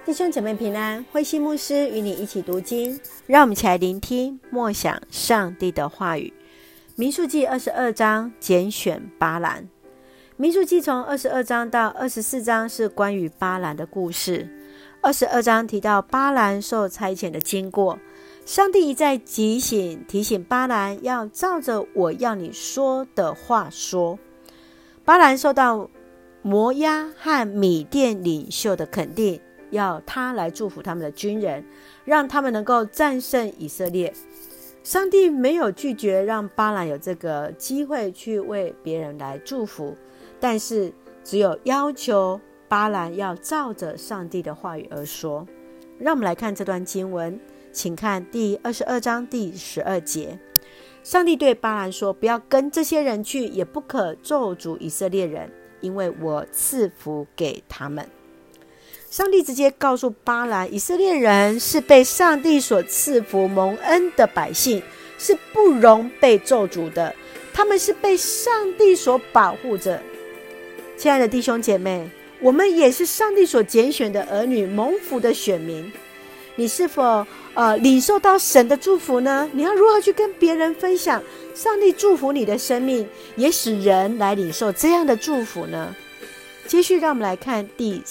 弟兄姐妹平安，慧馨牧师与你一起读经，让我们一起来聆听默想上帝的话语。民数记22章拣选巴兰。民数记从22章到24章是关于巴兰的故事。22章提到巴兰受差遣的经过，上帝一再提醒巴兰要照着我要你说的话说。巴兰受到摩押和米甸领袖的肯定，要他来祝福他们的军人，让他们能够战胜以色列。上帝没有拒绝让巴兰有这个机会去为别人来祝福，但是只有要求巴兰要照着上帝的话语而说。让我们来看这段经文，请看第22章第12节。上帝对巴兰说，不要跟这些人去，也不可咒诅以色列人，因为我赐福给他们。上帝直接告诉巴兰，以色列人是被上帝所赐福蒙恩的百姓，是不容被咒诅的，他们是被上帝所保护着。亲爱的弟兄姐妹，我们也是上帝所拣选的儿女，蒙福的选民。你是否领受到神的祝福呢？你要如何去跟别人分享上帝祝福你的生命，也使人来领受这样的祝福呢？接续让我们来看第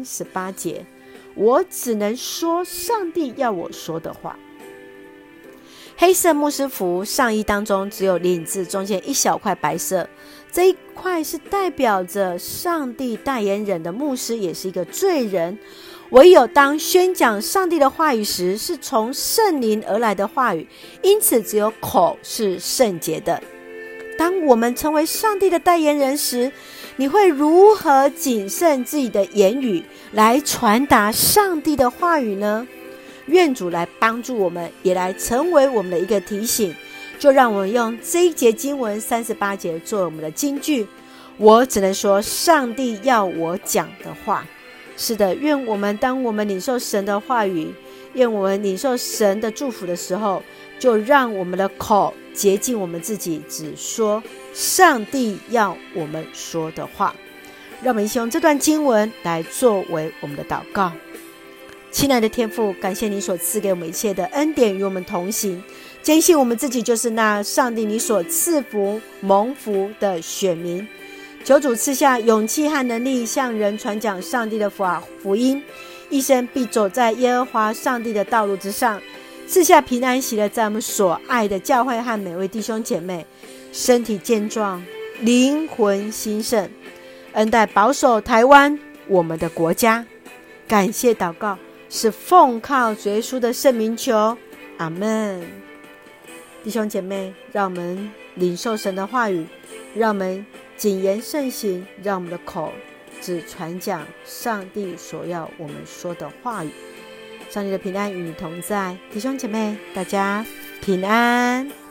38节，我只能说上帝要我说的话。黑色牧师服上衣当中只有领子中间一小块白色，这一块是代表着上帝代言人的牧师也是一个罪人，唯有当宣讲上帝的话语时，是从圣灵而来的话语，因此只有口是圣洁的。当我们成为上帝的代言人时，你会如何谨慎自己的言语来传达上帝的话语呢？愿主来帮助我们，也来成为我们的一个提醒。就让我们用这一节经文38节做我们的金句，我只能说上帝要我讲的话。是的，愿我们当我们领受神的话语，愿我们领受神的祝福的时候，就让我们的口洁净我们自己，只说上帝要我们说的话。让我们一起用这段经文来作为我们的祷告。亲爱的天父，感谢你所赐给我们一切的恩典，与我们同行，坚信我们自己就是那上帝你所赐福蒙福的选民。求主赐下勇气和能力，向人传讲上帝的福音，一生必走在耶和华上帝的道路之上。赐下平安喜乐在我们所爱的教会和每位弟兄姐妹，身体健壮，灵魂兴盛，恩待保守台湾我们的国家。感谢祷告是奉靠主耶稣的圣名求，阿们。弟兄姐妹，让我们领受神的话语，让我们谨言慎行，让我们的口只传讲上帝所要我们说的话语。上帝的平安与你同在，弟兄姐妹，大家平安。